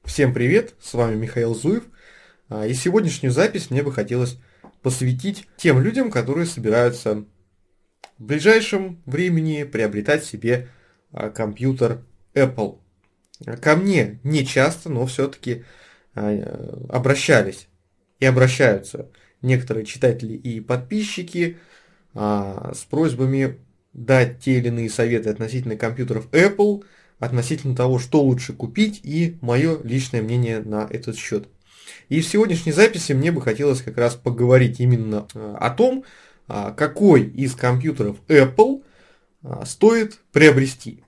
Всем привет, с вами Михаил Зуев. И сегодняшнюю запись мне бы хотелось посвятить тем людям, которые собираются в ближайшем времени приобретать себе компьютер Apple. Ко мне не часто, но все-таки обращались и обращаются некоторые читатели и подписчики с просьбами дать те или иные советы относительно компьютеров Apple, относительно того, что лучше купить, и мое личное мнение на этот счет. И в сегодняшней записи мне бы хотелось как раз поговорить именно о том, какой из компьютеров Apple стоит приобрести.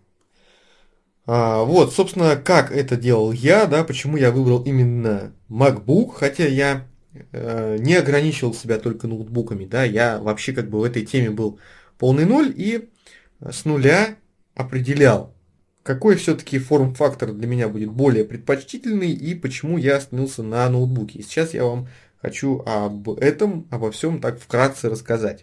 Вот, собственно, как это делал я, да, почему я выбрал именно MacBook, хотя я не ограничивал себя только ноутбуками, да, я вообще как бы в этой теме был полный ноль и с нуля определял, какой все-таки форм-фактор для меня будет более предпочтительный и почему я остановился на ноутбуке. И сейчас я вам хочу обо всем так вкратце рассказать.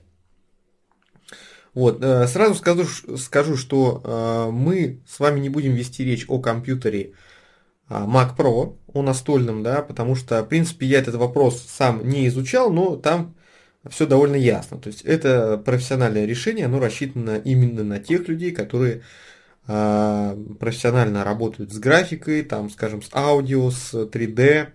Вот, сразу скажу, что мы с вами не будем вести речь о компьютере Mac Pro, о настольном, да, потому что, в принципе, я этот вопрос сам не изучал, но там все довольно ясно. То есть это профессиональное решение, оно рассчитано именно на тех людей, которые профессионально работают с графикой, там, скажем, с аудио, с 3D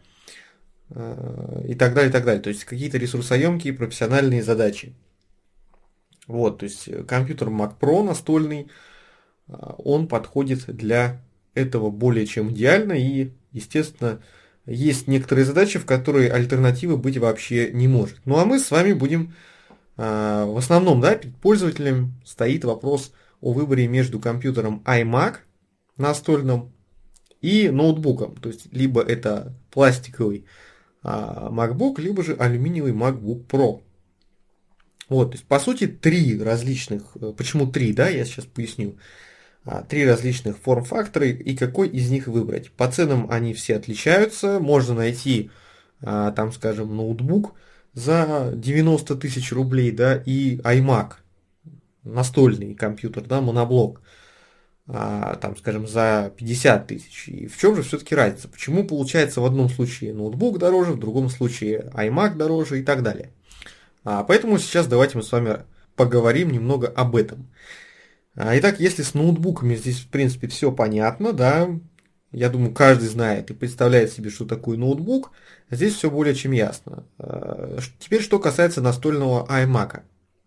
и так далее, и так далее. То есть какие-то ресурсоемкие профессиональные задачи. Вот, то есть компьютер Mac Pro настольный, он подходит для этого более чем идеально, и, естественно, есть некоторые задачи, в которые альтернативы быть вообще не может. Ну а мы с вами будем, в основном, да, перед пользователем стоит вопрос о выборе между компьютером iMac настольным и ноутбуком. То есть, либо это пластиковый MacBook, либо же алюминиевый MacBook Pro. Вот, то есть, по сути, три различных, почему три, да, я сейчас поясню. Три различных форм-фактора и какой из них выбрать. По ценам они все отличаются. Можно найти, там, скажем, ноутбук за 90 тысяч рублей, да, и iMac, настольный компьютер, да, моноблок, там, скажем, за 50 тысяч. И в чем же все-таки разница? Почему получается в одном случае ноутбук дороже, в другом случае iMac дороже и так далее? Поэтому сейчас давайте мы с вами поговорим немного об этом. Итак, если с ноутбуками здесь, в принципе, все понятно, да, я думаю, каждый знает и представляет себе, что такое ноутбук, здесь все более чем ясно. Теперь, что касается настольного iMac.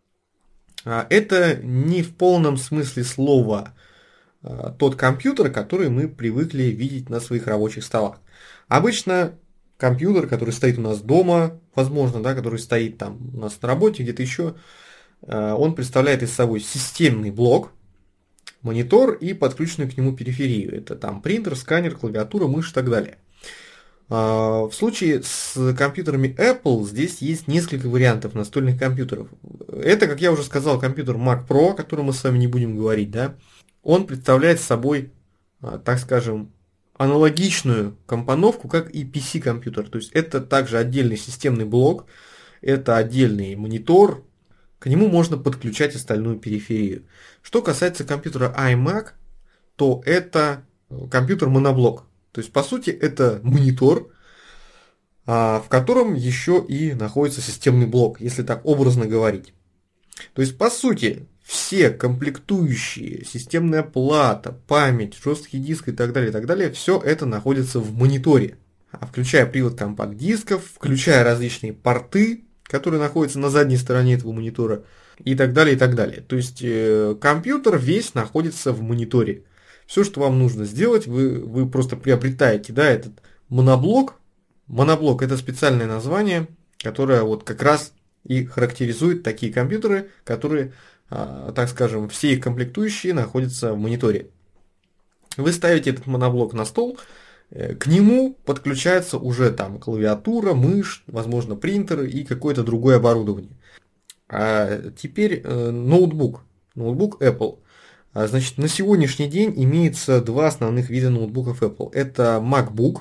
Это не в полном смысле слова тот компьютер, который мы привыкли видеть на своих рабочих столах. Обычно компьютер, который стоит у нас дома, возможно, да, который стоит там у нас на работе, где-то еще, он представляет из собой системный блок, монитор и подключенную к нему периферию. Это там принтер, сканер, клавиатура, мышь и так далее. В случае с компьютерами Apple здесь есть несколько вариантов настольных компьютеров. Это, как я уже сказал, компьютер Mac Pro, о котором мы с вами не будем говорить, да. Он представляет собой, так скажем, аналогичную компоновку, как и PC-компьютер. То есть это также отдельный системный блок, это отдельный монитор, к нему можно подключать остальную периферию. Что касается компьютера iMac, то это компьютер моноблок. То есть, по сути, это монитор, в котором еще и находится системный блок, если так образно говорить. То есть, по сути, все комплектующие, системная плата, память, жесткий диск и так далее, все это находится в мониторе. Включая привод компакт-дисков, включая различные порты, которые находятся на задней стороне этого монитора, и так далее, и так далее. То есть, компьютер весь находится в мониторе. Все, что вам нужно сделать, вы просто приобретаете, да, этот моноблок. Моноблок – это специальное название, которое вот как раз и характеризует такие компьютеры, которые, так скажем, все их комплектующие находятся в мониторе. Вы ставите этот моноблок на стол, к нему подключается уже там клавиатура, мышь, возможно, принтер и какое-то другое оборудование. А теперь ноутбук Apple. Значит, на сегодняшний день имеется два основных вида ноутбуков Apple. Это MacBook,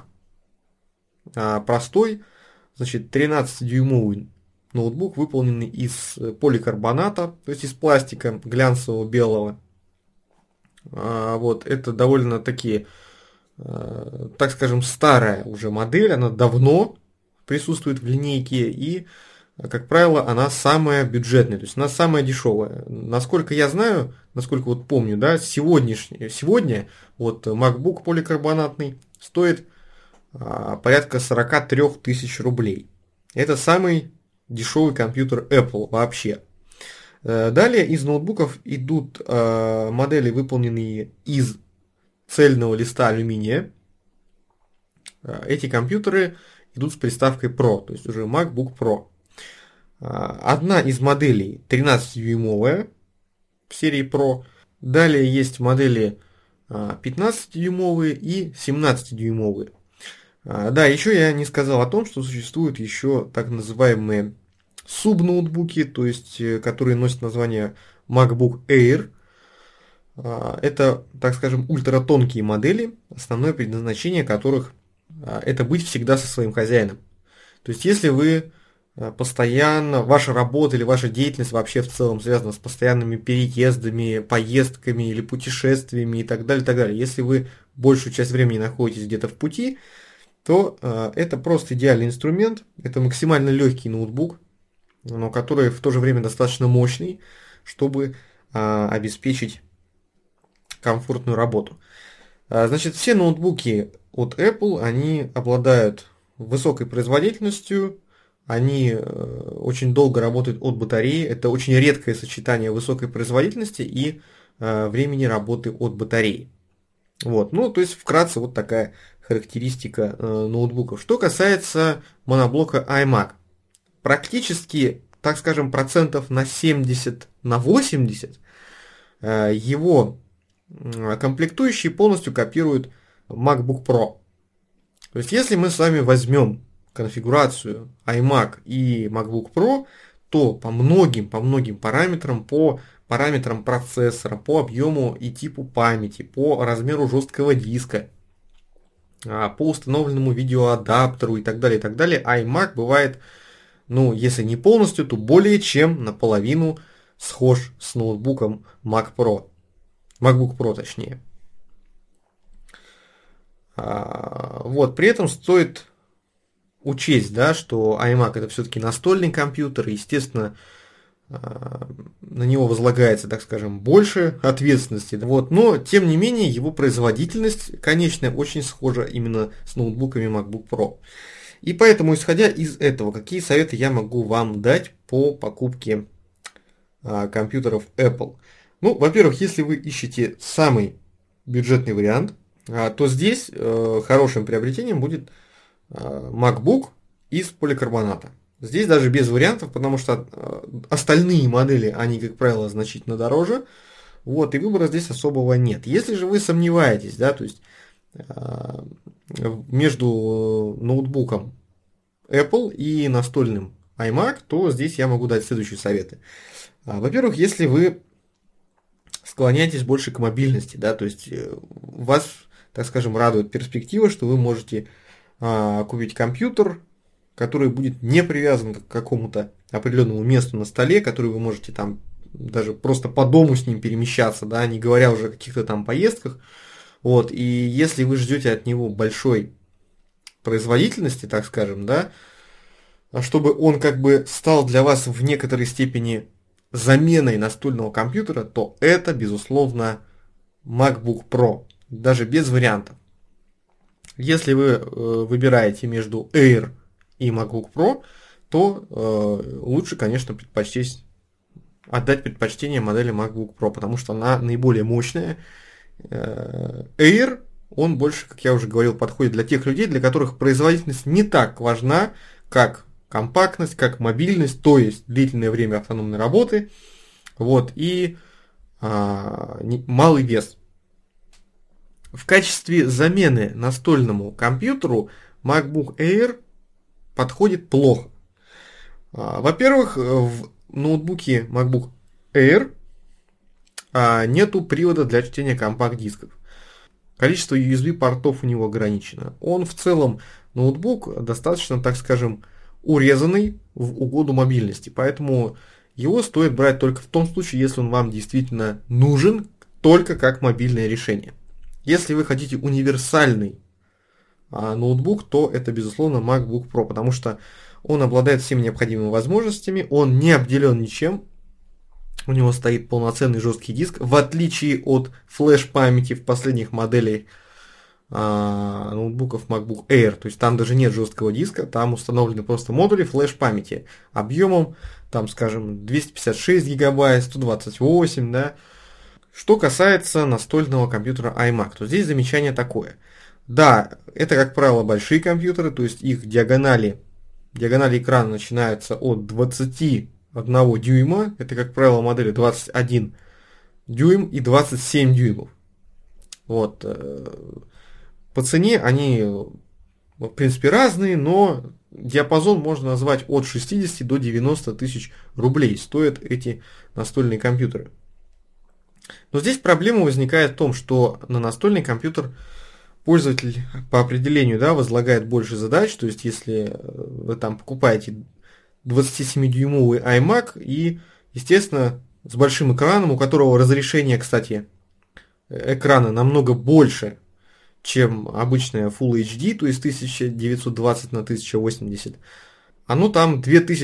простой, значит, 13-дюймовый ноутбук, выполненный из поликарбоната, то есть из пластика глянцевого белого. Вот, это довольно такие так скажем, старая уже модель, она давно присутствует в линейке, и, как правило, она самая бюджетная, то есть она самая дешевая. Насколько я знаю, насколько вот помню, да, сегодня вот MacBook поликарбонатный стоит порядка 43 тысяч рублей. Это самый дешевый компьютер Apple вообще. Далее из ноутбуков идут модели, выполненные из цельного листа алюминия. Эти компьютеры идут с приставкой Pro, то есть уже MacBook Pro. Одна из моделей 13-дюймовая в серии Pro. Далее есть модели 15-дюймовые и 17-дюймовые. Да, еще я не сказал о том, что существуют еще так называемые субноутбуки, то есть которые носят название MacBook Air. Это, так скажем, ультратонкие модели, основное предназначение которых это быть всегда со своим хозяином. То есть если вы постоянно, ваша работа или ваша деятельность вообще в целом связана с постоянными переездами, поездками или путешествиями и так далее, так далее. Если вы большую часть времени находитесь где-то в пути, то это просто идеальный инструмент, это максимально легкий ноутбук, но который в то же время достаточно мощный, чтобы обеспечить комфортную работу. Значит, все ноутбуки от Apple, они обладают высокой производительностью, они очень долго работают от батареи, это очень редкое сочетание высокой производительности и времени работы от батареи. Вот, ну, то есть, вкратце, вот такая характеристика ноутбуков. Что касается моноблока iMac, практически, так скажем, процентов на 70, на 80 его комплектующие полностью копируют MacBook Pro. То есть, если мы с вами возьмем конфигурацию iMac и MacBook Pro, то по многим параметрам, по параметрам процессора, по объему и типу памяти, по размеру жесткого диска, по установленному видеоадаптеру и так далее, iMac бывает, ну, если не полностью, то более чем наполовину схож с ноутбуком MacBook Pro точнее. Вот, при этом стоит учесть, да, что iMac это все-таки настольный компьютер, и, естественно, на него возлагается, так скажем, больше ответственности. Вот, но, тем не менее, его производительность конечная очень схожа именно с ноутбуками MacBook Pro. И поэтому, исходя из этого, какие советы я могу вам дать по покупке компьютеров Apple? Ну, во-первых, если вы ищете самый бюджетный вариант, то здесь хорошим приобретением будет MacBook из поликарбоната. Здесь даже без вариантов, потому что остальные модели, они, как правило, значительно дороже. Вот, и выбора здесь особого нет. Если же вы сомневаетесь, да, то есть между ноутбуком Apple и настольным iMac, то здесь я могу дать следующие советы. Во-первых, если вы склоняетесь больше к мобильности, да, то есть вас, так скажем, радует перспектива, что вы можете купить компьютер, который будет не привязан к какому-то определенному месту на столе, который вы можете там даже просто по дому с ним перемещаться, да, не говоря уже о каких-то там поездках. Вот, и если вы ждете от него большой производительности, так скажем, да, чтобы он как бы стал для вас в некоторой степени заменой настольного компьютера, то это, безусловно, MacBook Pro, даже без вариантов. Если вы выбираете между Air и MacBook Pro, то лучше, конечно, отдать предпочтение модели MacBook Pro, потому что она наиболее мощная. Air, он больше, как я уже говорил, подходит для тех людей, для которых производительность не так важна, как компактность, как мобильность, то есть длительное время автономной работы, вот, и малый вес. В качестве замены настольному компьютеру MacBook Air подходит плохо. Во-первых, в ноутбуке MacBook Air нету привода для чтения компакт-дисков. Количество USB-портов у него ограничено. Он в целом, ноутбук, достаточно, так скажем, урезанный в угоду мобильности. Поэтому его стоит брать только в том случае, если он вам действительно нужен только как мобильное решение. Если вы хотите универсальный ноутбук, то это, безусловно, MacBook Pro, потому что он обладает всеми необходимыми возможностями, он не обделен ничем, у него стоит полноценный жесткий диск, в отличие от флеш-памяти в последних моделях ноутбуков MacBook Air, то есть там даже нет жесткого диска, там установлены просто модули флеш-памяти объемом, там, скажем, 256 гигабайт, 128, да. Что касается настольного компьютера iMac, то здесь замечание такое. Да, это, как правило, большие компьютеры, то есть их диагонали экрана начинаются от 21 дюйма, это, как правило, модели 21 дюйм и 27 дюймов. Вот. По цене они, в принципе, разные, но диапазон можно назвать от 60 до 90 тысяч рублей стоят эти настольные компьютеры. Но здесь проблема возникает в том, что на настольный компьютер пользователь по определению, да, возлагает больше задач, то есть если вы там покупаете 27-дюймовый iMac и, естественно, с большим экраном, у которого разрешение, кстати, экрана намного больше, чем обычная Full HD, то есть 1920 на 1080, оно там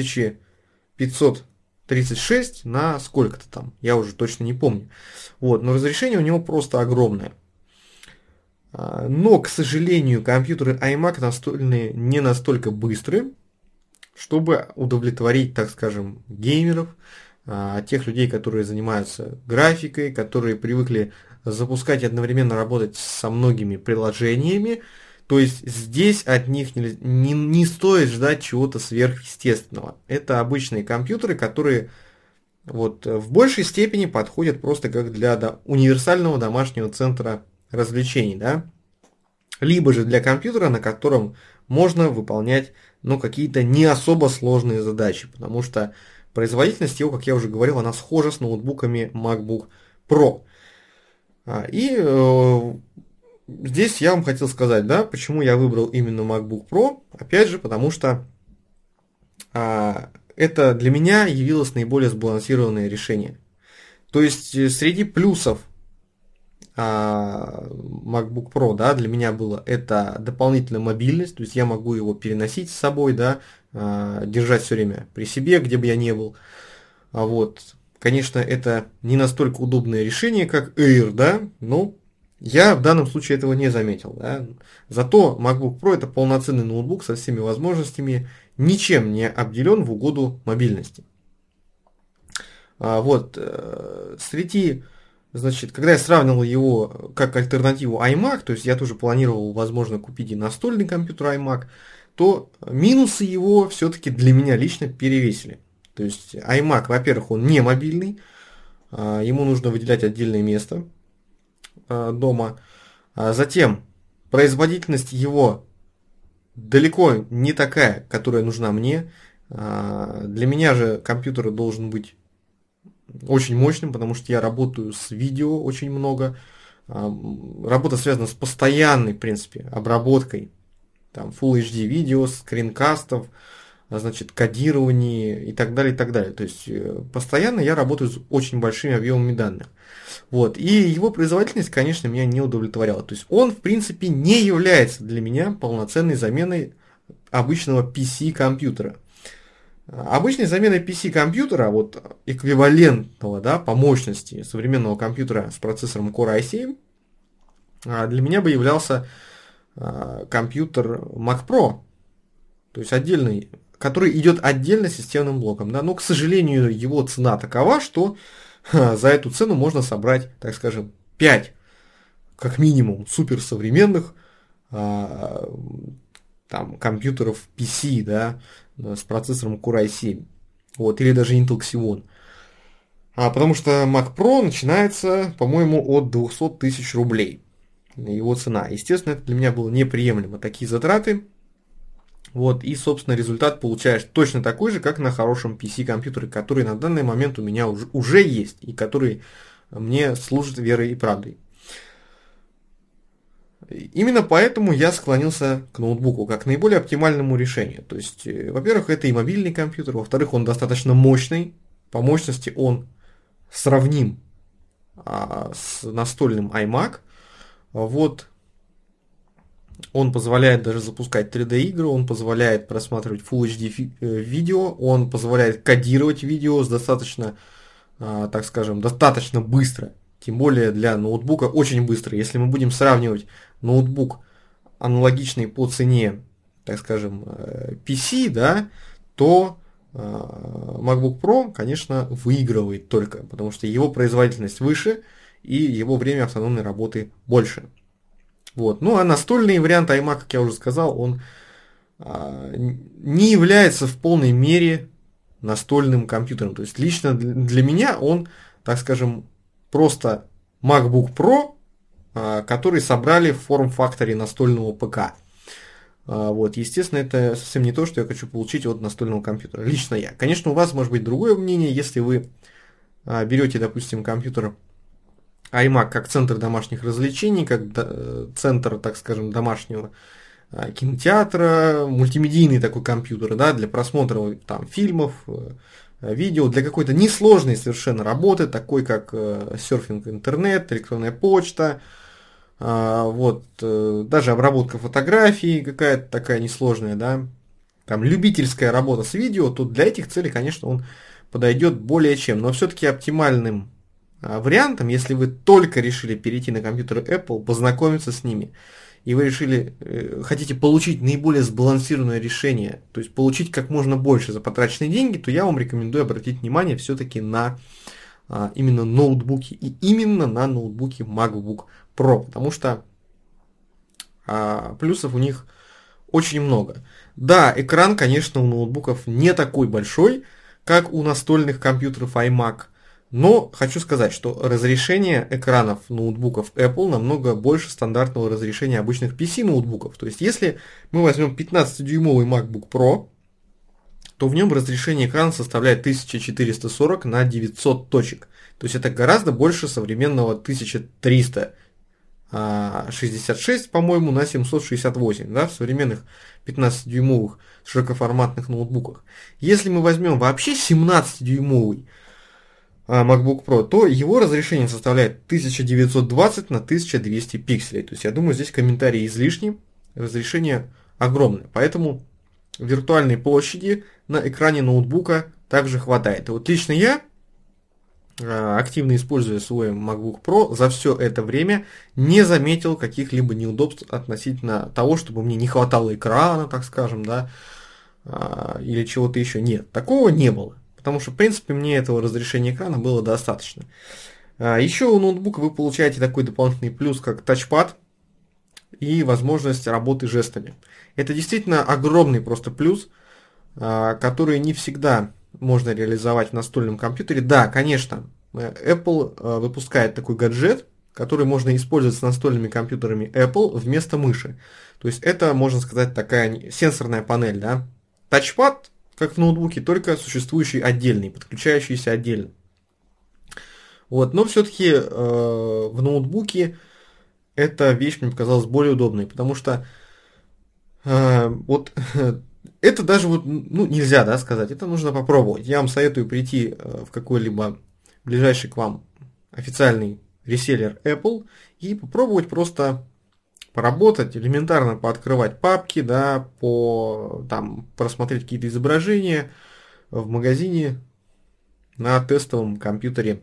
2536 на сколько-то там, я уже точно не помню. Вот, но разрешение у него просто огромное. Но, к сожалению, компьютеры iMac настольные не настолько быстрые, чтобы удовлетворить, так скажем, геймеров, тех людей, которые занимаются графикой, которые привыкли запускать и одновременно работать со многими приложениями. То есть здесь от них не стоит ждать чего-то сверхъестественного. Это обычные компьютеры, которые вот в большей степени подходят просто как для универсального домашнего центра развлечений, да? Либо же для компьютера, на котором можно выполнять какие-то не особо сложные задачи, потому что производительность его, как я уже говорил, она схожа с ноутбуками MacBook Pro. Здесь я вам хотел сказать, да, почему я выбрал именно MacBook Pro. Опять же, потому что это для меня явилось наиболее сбалансированное решение. То есть среди плюсов MacBook Pro, да, для меня было это дополнительная мобильность, то есть я могу его переносить с собой, да, держать все время при себе, где бы я ни был. Вот. Конечно, это не настолько удобное решение, как Air, да, но я в данном случае этого не заметил, да. Зато MacBook Pro это полноценный ноутбук со всеми возможностями, ничем не обделен в угоду мобильности. Вот. Значит, когда я сравнивал его как альтернативу iMac, то есть я тоже планировал, возможно, купить и настольный компьютер iMac, то минусы его все-таки для меня лично перевесили. То есть iMac, во-первых, он не мобильный, ему нужно выделять отдельное место дома. Затем производительность его далеко не такая, которая нужна мне. Для меня же компьютер должен быть очень мощным, потому что я работаю с видео очень много. Работа связана с постоянной, в принципе, обработкой там, Full HD видео, скринкастов, значит, кодирование и так далее, и так далее. То есть постоянно я работаю с очень большими объемами данных. Вот. И его производительность, конечно, меня не удовлетворяла. То есть он, в принципе, не является для меня полноценной заменой обычного PC-компьютера. Обычной заменой PC-компьютера, вот эквивалентного, да, по мощности современного компьютера с процессором Core i7, для меня бы являлся компьютер Mac Pro, то есть отдельный, который идет отдельно системным блоком, да, но, к сожалению, его цена такова, что за эту цену можно собрать, так скажем, 5, как минимум, суперсовременных там, компьютеров PC, да, с процессором Core i7, вот, или даже Intel Xeon. Потому что Mac Pro начинается, по-моему, от 200 тысяч рублей. Его цена. Естественно, это для меня было неприемлемо. Такие затраты. Вот, и, собственно, результат получаешь точно такой же, как на хорошем PC-компьютере, который на данный момент у меня уже есть, и который мне служит верой и правдой. Именно поэтому я склонился к ноутбуку как к наиболее оптимальному решению. То есть, во-первых, это и мобильный компьютер, во-вторых, он достаточно мощный. По мощности он сравним с настольным iMac. Вот он позволяет даже запускать 3D игры, он позволяет просматривать Full HD видео, он позволяет кодировать видео с достаточно, так скажем, достаточно быстро. Тем более для ноутбука очень быстро. Если мы будем сравнивать ноутбук аналогичный по цене, так скажем, PC, да, то MacBook Pro, конечно, выигрывает только, потому что его производительность выше и его время автономной работы больше. Вот. Ну а настольный вариант iMac, как я уже сказал, он не является в полной мере настольным компьютером. То есть лично для меня он, так скажем, просто MacBook Pro, который собрали в форм-факторе настольного ПК. Вот, естественно, это совсем не то, что я хочу получить от настольного компьютера. Лично я. Конечно, у вас может быть другое мнение, если вы берете, допустим, компьютер iMac как центр домашних развлечений, как центр, так скажем, домашнего кинотеатра, мультимедийный такой компьютер, да, для просмотра там фильмов, видео, для какой-то несложной совершенно работы, такой как серфинг интернет, электронная почта, вот, даже обработка фотографий какая-то такая несложная, да, там любительская работа с видео, то для этих целей, конечно, он подойдет более чем, но все-таки оптимальным вариантом, если вы только решили перейти на компьютеры Apple, познакомиться с ними, и вы решили, хотите получить наиболее сбалансированное решение, то есть получить как можно больше за потраченные деньги, то я вам рекомендую обратить внимание все-таки на именно ноутбуки, и именно на ноутбуки MacBook Pro, потому что плюсов у них очень много. Да, экран, конечно, у ноутбуков не такой большой, как у настольных компьютеров iMac, но хочу сказать, что разрешение экранов ноутбуков Apple намного больше стандартного разрешения обычных PC-ноутбуков. То есть, если мы возьмем 15-дюймовый MacBook Pro, то в нем разрешение экрана составляет 1440 на 900 точек. То есть, это гораздо больше современного 1366, по-моему, на 768, да, в современных 15-дюймовых широкоформатных ноутбуках. Если мы возьмем вообще 17-дюймовый MacBook Pro, то его разрешение составляет 1920 на 1200 пикселей. То есть, я думаю, здесь комментарии излишни, разрешение огромное. Поэтому виртуальной площади на экране ноутбука также хватает. И вот лично я, активно используя свой MacBook Pro, за все это время не заметил каких-либо неудобств относительно того, чтобы мне не хватало экрана, так скажем, да, или чего-то еще. Нет, такого не было. Потому что, в принципе, мне этого разрешения экрана было достаточно. Еще у ноутбука вы получаете такой дополнительный плюс, как тачпад и возможность работы жестами. Это действительно огромный просто плюс, который не всегда можно реализовать в настольном компьютере. Да, конечно, Apple выпускает такой гаджет, который можно использовать с настольными компьютерами Apple вместо мыши. То есть это, можно сказать, такая сенсорная панель, да. Тачпад, как в ноутбуке, только существующий отдельный, подключающийся отдельно. Вот, но все-таки в ноутбуке эта вещь мне показалась более удобной, потому что вот это даже вот, ну, нельзя, да, сказать, это нужно попробовать. Я вам советую прийти в какой-либо ближайший к вам официальный реселлер Apple и попробовать просто поработать, элементарно пооткрывать папки, да, там, просмотреть какие-то изображения в магазине на тестовом компьютере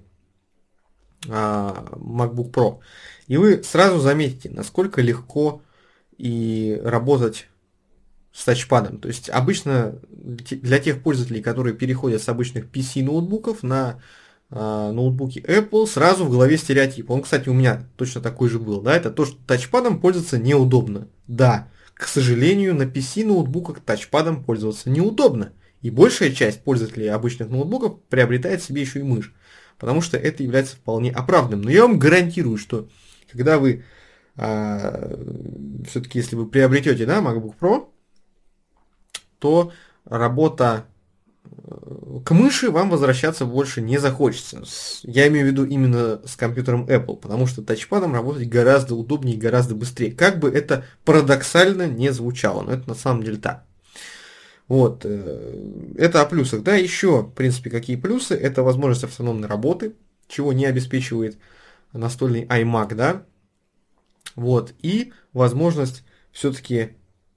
MacBook Pro. И вы сразу заметите, насколько легко и работать с тачпадом. То есть обычно для тех пользователей, которые переходят с обычных PC-ноутбуков на ноутбуки Apple, сразу в голове стереотип. Он, кстати, у меня точно такой же был. Да? Это то, что тачпадом пользоваться неудобно. Да, к сожалению, на PC-ноутбуках тачпадом пользоваться неудобно. И большая часть пользователей обычных ноутбуков приобретает себе еще и мышь. Потому что это является вполне оправданным. Но я вам гарантирую, что когда вы все-таки, если вы приобретете, да, MacBook Pro, то работа к мыши вам возвращаться больше не захочется. Я имею в виду именно с компьютером Apple, потому что тачпадом работать гораздо удобнее и гораздо быстрее. Как бы это парадоксально не звучало, но это на самом деле так. Вот, это о плюсах. Да, еще, в принципе, какие плюсы? Это возможность автономной работы, чего не обеспечивает настольный iMac, да. Вот, и возможность все-таки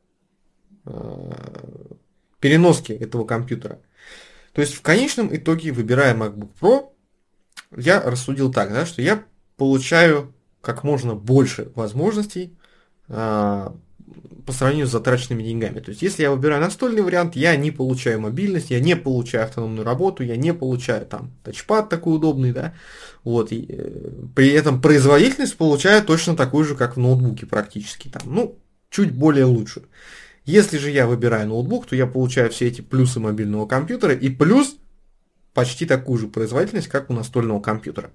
переноски этого компьютера. То есть в конечном итоге, выбирая MacBook Pro, я рассудил так, да, что я получаю как можно больше возможностей по сравнению с затраченными деньгами. То есть, если я выбираю настольный вариант, я не получаю мобильность, я не получаю автономную работу, я не получаю там тачпад такой удобный, да, вот, и при этом производительность получаю точно такую же, как в ноутбуке практически, там, ну, чуть более лучше. Если же я выбираю ноутбук, то я получаю все эти плюсы мобильного компьютера и плюс почти такую же производительность, как у настольного компьютера.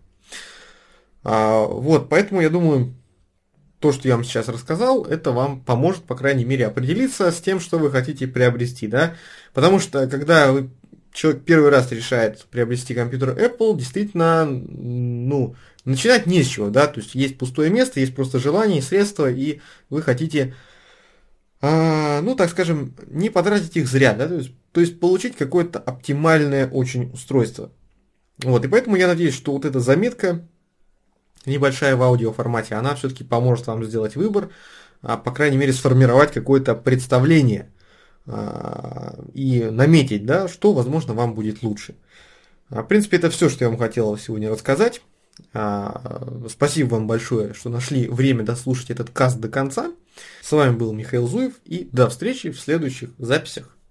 Вот, поэтому я думаю, то, что я вам сейчас рассказал, это вам поможет, по крайней мере, определиться с тем, что вы хотите приобрести, да, потому что, когда человек первый раз решает приобрести компьютер Apple, действительно, ну, начинать не с чего, да, то есть есть пустое место, есть просто желание, средства, и вы хотите, ну, так скажем, не потратить их зря, да, то есть получить какое-то оптимальное очень устройство. Вот, и поэтому я надеюсь, что вот эта заметка, небольшая в аудиоформате, она все-таки поможет вам сделать выбор, по крайней мере, сформировать какое-то представление и наметить, да, что, возможно, вам будет лучше. В принципе, это все, что я вам хотел сегодня рассказать. Спасибо вам большое, что нашли время дослушать этот каст до конца. С вами был Михаил Зуев, и до встречи в следующих записях.